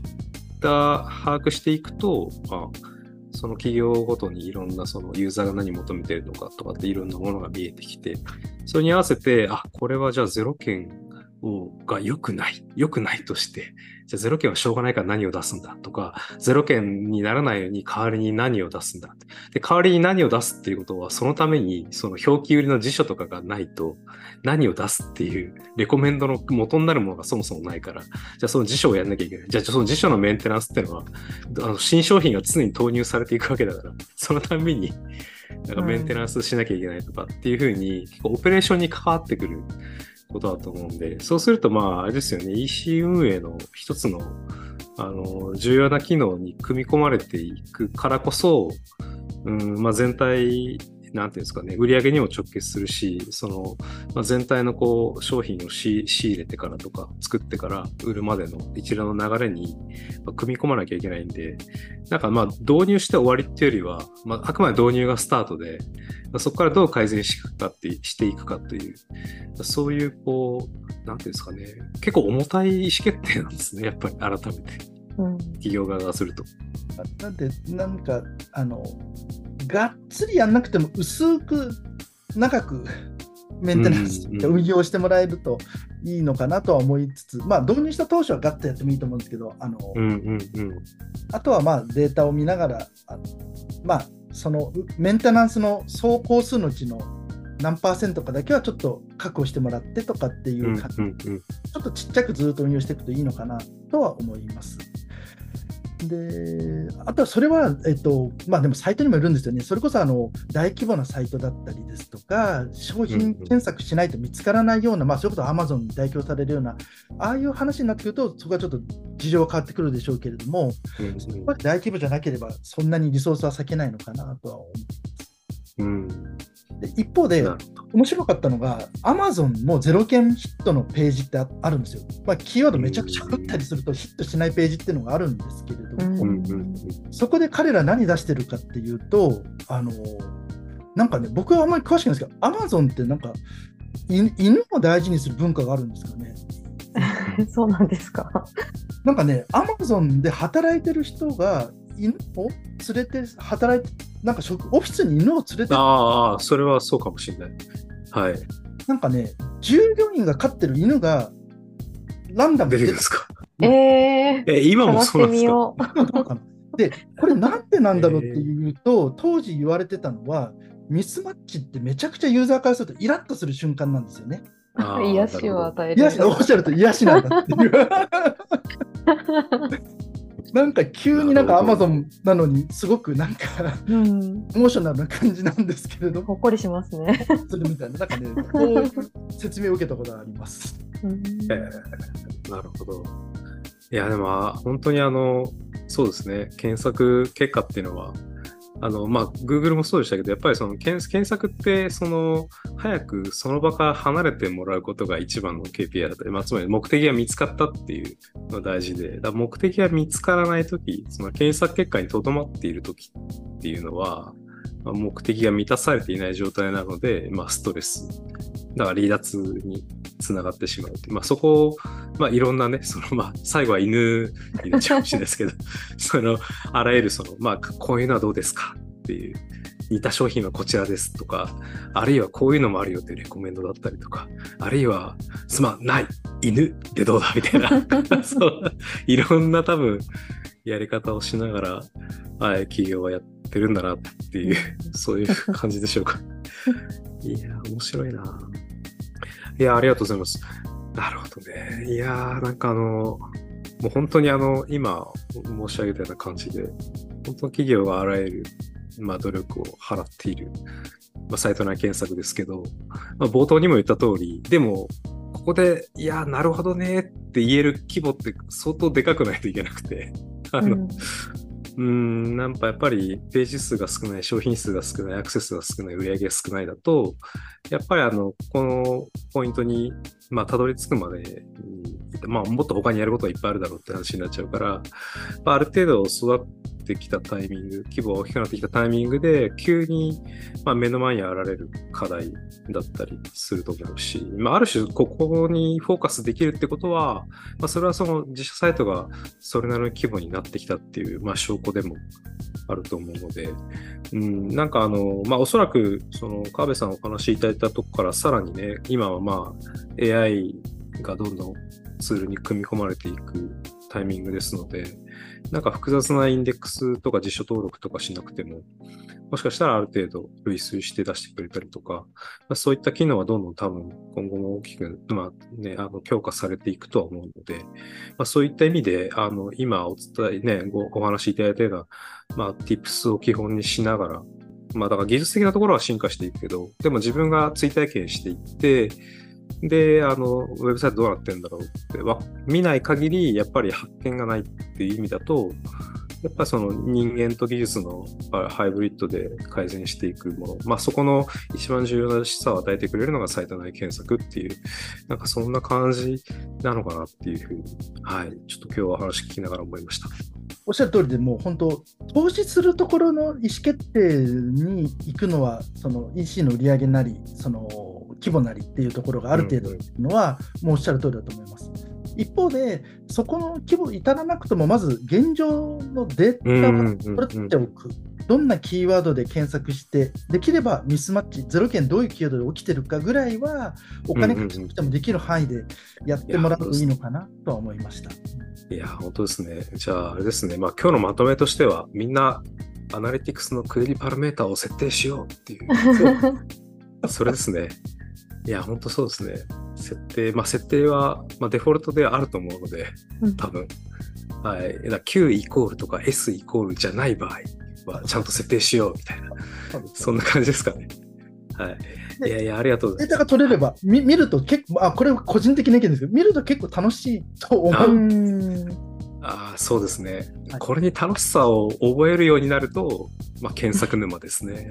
していくと、その企業ごとにいろんなそのユーザーが何求めているのかとかっていろんなものが見えてきて、それに合わせて、これはじゃあ0件が良くないとして、じゃあ0件はしょうがないから何を出すんだとか、0件にならないように代わりに何を出すんだ。で、代わりに何を出すっていうことは、そのためにその表記売りの辞書とかがないと、何を出すっていうレコメンドの元になるものがそもそもないから、じゃあその辞書をやんなきゃいけない。じゃあその辞書のメンテナンスっていうのは、新商品が常に投入されていくわけだから、そのためになんかメンテナンスしなきゃいけないとかっていうふうに、オペレーションに関わってくることだと思うんで、そうするとまああれですよね、EC 運営の一つの重要な機能に組み込まれていくからこそ、まあ、全体なんていうんですかね、売上にも直結するし、まあ、全体のこう商品を仕入れてからとか作ってから売るまでの一連の流れに組み込まなきゃいけないんで、なんかまあ導入して終わりっていうよりは、まあ、あくまで導入がスタートで、そこからどう改善していくかという、そういうこう、なんていうんですかね、結構重たい意思決定なんですね、やっぱり改めて。企業側がすると。 なんかがっつりやんなくても薄く長くメンテナンスって運用してもらえるといいのかなとは思いつつ、まあ導入した当初はガッとやってもいいと思うんですけど、あとはまあデータを見ながら、まあそのメンテナンスの総工数のうちの何%かだけはちょっと確保してもらってとかっていう感じ、ちょっとちっちゃくずっと運用していくといいのかなとは思います。で、あとはそれは、まあでもサイトにもよるんですよね。それこそ大規模なサイトだったりですとか、商品検索しないと見つからないような、まあそれこそ Amazon に代表されるような、ああいう話になってくると、そこはちょっと事情は変わってくるでしょうけれども、大規模じゃなければ、そんなにリソースは割けないのかなとは思います。で一方で、面白かったのが、Amazon も0件ヒットのページってあるんですよ。まあ、キーワードめちゃくちゃ打ったりするとヒットしないページっていうのがあるんですけれども、そこで彼ら何出してるかっていうと、なんかね、僕はあんまり詳しくないんですけど、Amazon ってなんか、犬を大事にする文化があるんですかね。 そうなんですか。 なんかね、Amazon で働いてる人が犬を連れて働いて、なんかオフィスに犬を連れて、 ああ、それはそうかもしれない。はい。 なんかね、従業員が飼ってる犬がランダムで出てくるんですか。 今もそうなんですか。 で、これなんでなんだろうっていうと、当時言われてたのは、ミスマッチってめちゃくちゃユーザーからするとイラッとする瞬間なんですよね。 癒しを与える。 おっしゃると癒しなんだっていう。なんか急になんか Amazon なのにすごくなんか、エモーショナルな感じなんですけれども、 ほっこりしますね。 それみたいな、なんかね、こういう説明を受けたことがあります。 なるほど。いや、でも本当にそうですね、検索結果っていうのは、まあ、Google もそうでしたけど、やっぱりその検索って、早くその場から離れてもらうことが一番の KPI だったり、まあ、つまり目的が見つかったっていうのが大事で、だ目的が見つからないとき、その検索結果にとどまっているときっていうのは、まあ、目的が満たされていない状態なので、まあ、ストレス、だから離脱につながってしまう。まあ、そこを、まあ、いろんなね、まあ、最後は犬になっちゃうかもしれないですけど、あらゆるまあ、こういうのはどうですかっていう、似た商品はこちらですとか、あるいはこういうのもあるよっていうレコメンドだったりとか、あるいは、ない犬でどうだみたいな、そういろんな多分、やり方をしながら、はい、企業はやってるんだなっていう、そういう感じでしょうか。いや、面白いな。いや、ありがとうございます。なるほどね。いや、なんかもう本当に今申し上げたような感じで、本当企業があらゆる、まあ、努力を払っている、まあ、サイト内検索ですけど、まあ、冒頭にも言った通り、でも、ここで、いや、なるほどねって言える規模って相当でかくないといけなくて、なんかやっぱりページ数が少ない、商品数が少ない、アクセスが少ない、売り上げが少ないだと、やっぱりこのポイントに、まあ、たどり着くまで、まあ、もっと他にやることはいっぱいあるだろうって話になっちゃうから、まあ、ある程度育ってきたタイミング、規模が大きくなってきたタイミングで、急に、まあ、目の前に現れる課題だったりすると思うし、まあ、ある種、ここにフォーカスできるってことは、まあ、それは自社サイトがそれなりの規模になってきたっていう、まあ、証拠でもあると思うので、なんかまあ、おそらく、川辺さんお話しいただいたとこからさらにね、今はまあ、AI がどんどんツールに組み込まれていくタイミングですので、なんか複雑なインデックスとか辞書登録とかしなくても、もしかしたらある程度類推して出してくれたりとか、そういった機能はどんどん多分今後も大きく、強化されていくとは思うので、そういった意味で、今お伝えね、お話しいただいたような、tips を基本にしながら、だから技術的なところは進化していくけど、でも自分が追体験していって、で、ウェブサイトどうなってるんだろうって見ない限り、やっぱり発見がないっていう意味だと、やっぱりその人間と技術のハイブリッドで改善していくもの、そこの一番重要な示唆を与えてくれるのがサイト内検索っていう、なんかそんな感じなのかなっていうふうに、ちょっと今日は話聞きながら思いました。 おっしゃる通りで、もう本当、投資するところの意思決定に行くのは、その EC の売り上げなり、その規模なりっていうところがある程度のは、もうおっしゃる通りだと思います。一方で、そこの規模に至らなくとも、まず現状のデータを取っておく。どんなキーワードで検索して、できればミスマッチ、0件どういうキーワードで起きてるかぐらいは、お金かけなくてもできる範囲でやってもらうといいのかなとは思いました。 いや、本当ですね。じゃあ、あれですね。今日のまとめとしては、みんな、アナリティクスのクエリパラメータを設定しようっていう。それですね。いや、本当そうですね。設定は、デフォルトではあると思うので、多分。Q イコールとか S イコールじゃない場合は、ちゃんと設定しようみたいな。そんな感じですかね。いやいや、ありがとうございます。 データが取れれば、見ると結構、これは個人的な意見ですけど、見ると結構楽しいと思う。 そうですね。これに楽しさを覚えるようになると、検索沼ですね。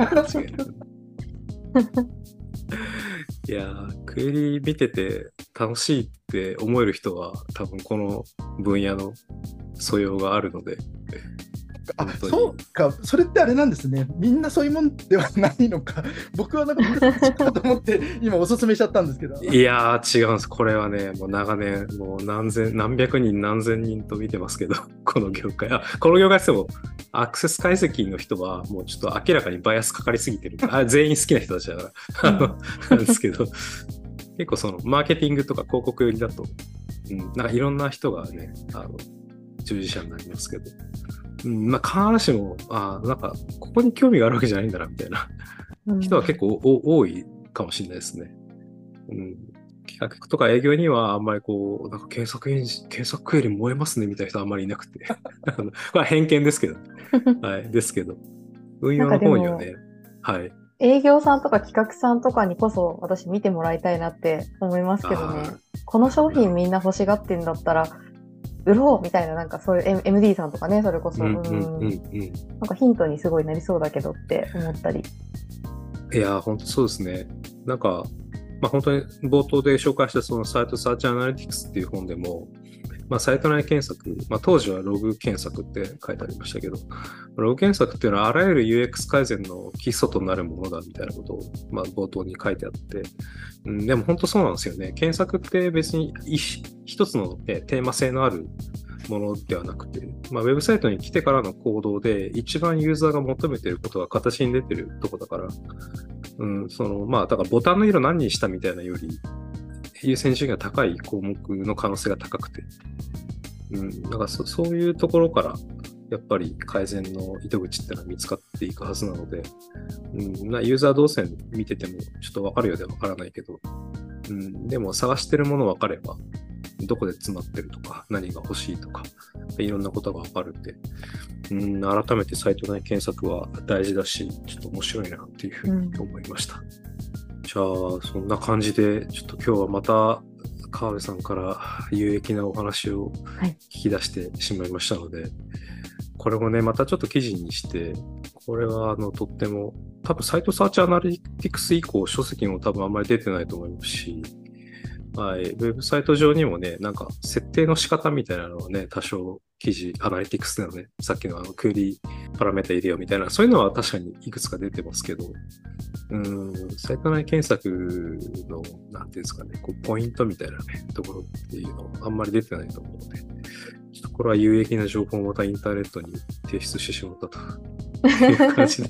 いやー、クエリ見てて楽しいって思える人は多分この分野の素養があるので。 そうか、それってあれなんですね。みんなそういうもんではないのか。僕はなんかみんなそうかと思って今おすすめしちゃったんですけど。 いやー、違うんです。これはね、もう長年、もう何百人何千人と見てますけど、この業界。この業界でもアクセス解析の人はもうちょっと明らかにバイアスかかりすぎてる。全員好きな人たちだからなんですけど、結構そのマーケティングとか広告寄りだと、なんかいろんな人がね、従事者になりますけど、必ずしも、なんかここに興味があるわけじゃないんだなみたいな人は結構多いかもしれないですね。企画とか営業にはあんまりなんか検索クエリ燃えますねみたいな人はあんまりいなくて。これは偏見ですけど。ですけど。運用の方にはね。 営業さんとか企画さんとかにこそ私見てもらいたいなって思いますけどね。この商品みんな欲しがってんだったら、売ろうみたいな、なんかそういう MD さんとかね、それこそ、なんかヒントにすごいなりそうだけどって思ったり。 いや、本当そうですね。なんか、本当に冒頭で紹介したそのサイトサーチアナリティクスっていう本でも、サイト内検索、当時はログ検索って書いてありましたけど、ログ検索っていうのはあらゆる UX 改善の基礎となるものだみたいなことを、冒頭に書いてあって、でも本当そうなんですよね。検索って別に一つの、テーマ性のあるものではなくて、ウェブサイトに来てからの行動で一番ユーザーが求めていることが形に出てるとこだから、だからボタンの色何にしたみたいなより、優先順位が高い項目の可能性が高くて、だからそういうところからやっぱり改善の糸口ってのは見つかっていくはずなので、ユーザー動線見ててもちょっと分かるようで分からないけど、でも探してるもの分かればどこで詰まってるとか何が欲しいとかいろんなことが分かるんで、改めてサイト内検索は大事だし、ちょっと面白いなっていうふうに思いました。じゃあそんな感じでちょっと今日はまた川辺さんから有益なお話を聞き出してしまいましたので、これもねまたちょっと記事にして、これはとっても多分サイトサーチアナリティクス以降書籍も多分あんまり出てないと思いますし、ウェブサイト上にもねなんか設定の仕方みたいなのはね多少記事アナリティクスでのねさっきのクエリパラメータ入れようみたいなそういうのは確かにいくつか出てますけど、サイト内検索のなんていうんですかねポイントみたいなねところっていうのはあんまり出てないと思うので、ちょっとこれは有益な情報をまたインターネットに提出してしまったという感じで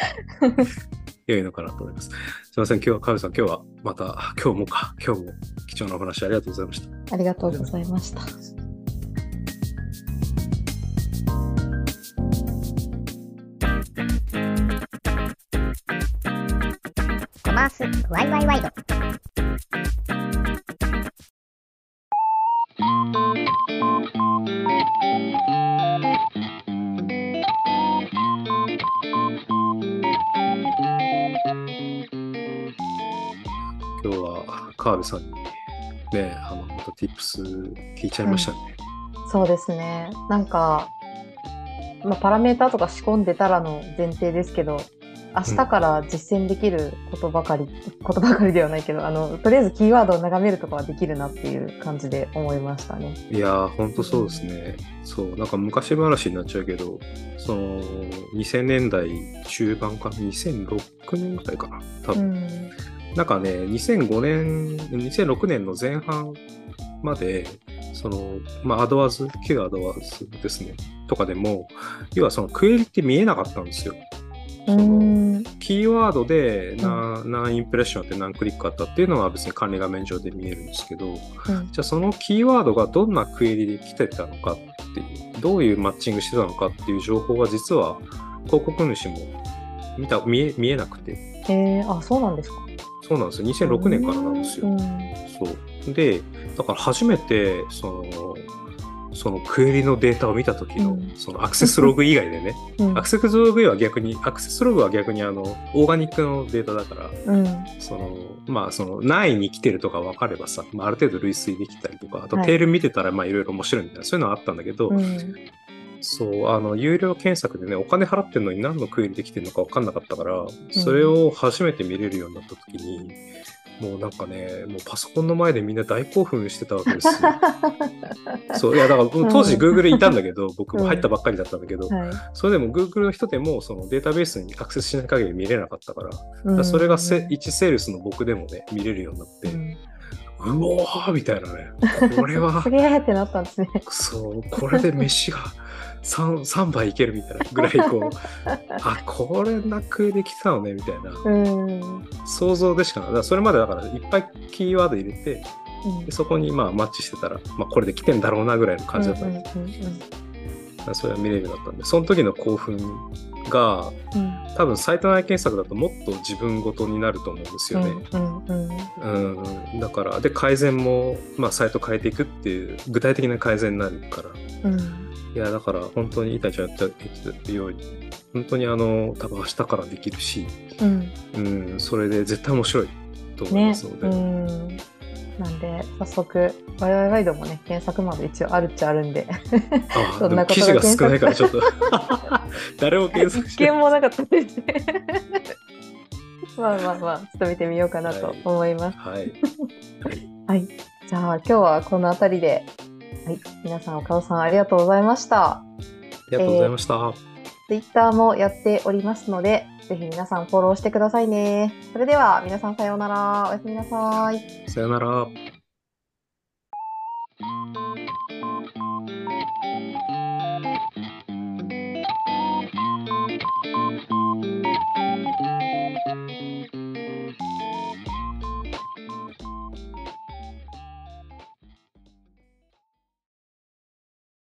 良いのかなと思います。すみません、今日は川辺さん、今日はまた今日も貴貴重なお話ありがとうございました。 ありがとうございました。 コマースワイワイワイド。 今日は川辺さんにね、また Tips 聞いちゃいましたね。 そうですね。なんか、パラメータとか仕込んでたらの前提ですけど、明日から実践できることばかりではないけど、とりあえずキーワードを眺めるとかはできるなっていう感じで思いましたね。 いやー、ほんとそうですね。そう、なんか昔話になっちゃうけど、その、2000年代中盤か、2006年ぐらいかな、多分。なんかね、2006年の前半まで、その、旧アドワーズですね、とかでも、要はそのクエリって見えなかったんですよ。そのキーワードで何インプレッションあって何クリックあったっていうのは別に管理画面上で見えるんですけど、じゃあそのキーワードがどんなクエリで来てたのかっていう、どういうマッチングしてたのかっていう情報は実は広告主も見えなくて。 そうなんですか。 そうなんですよ。2006年からなんですよ。そう。で、だから初めてそのクエリのデータを見た時の、そのアクセスログ以外でね、アクセスログは逆にオーガニックのデータだから、その何位に来てるとか分かればさ、ある程度類推できたりとか、あとテール見てたらいろいろ面白いみたいな、そういうのはあったんだけど、そう、有料検索でね、お金払ってるのに何のクエリできてるのか分かんなかったから、それを初めて見れるようになった時に、もうなんかね、もうパソコンの前でみんな大興奮してたわけですよ。そう、いやだから当時 Google いたんだけど、僕も入ったばっかりだったんだけど、それでも Google の人でもそのデータベースにアクセスしない限り見れなかったから、それが一セールスの僕でもね、見れるようになって、うおーみたいなね、これはすげーってなったんですね。 そう、これで飯が3杯いけるみたいなぐらいこれなくできたのねみたいな想像でしかない。だからそれまでだからいっぱいキーワード入れて、でそこにマッチしてたら、これで来てんだろうなぐらいの感じだったんです。それは見れるようになったんで、その時の興奮が、多分サイト内検索だともっと自分ごとになると思うんですよね。だからで改善も、サイト変えていくっていう具体的な改善になるから、いやだから本当にイタちゃん言ったように本当に多分明日からできるし、それで絶対面白いと思いますので、 なんで早速ワイワイワイドもね検索まで一応あるっちゃあるんでそんな記事が少ないからちょっと誰も検索して一件もなかったですねちょっと見てみようかなと思います。はい、じゃあ今日はこのあたりで、皆さん岡尾さんありがとうございました。 ありがとうございました。 Twitter もやっておりますので、ぜひ皆さんフォローしてくださいね。それでは皆さんさようなら。おやすみなさい。 さようなら。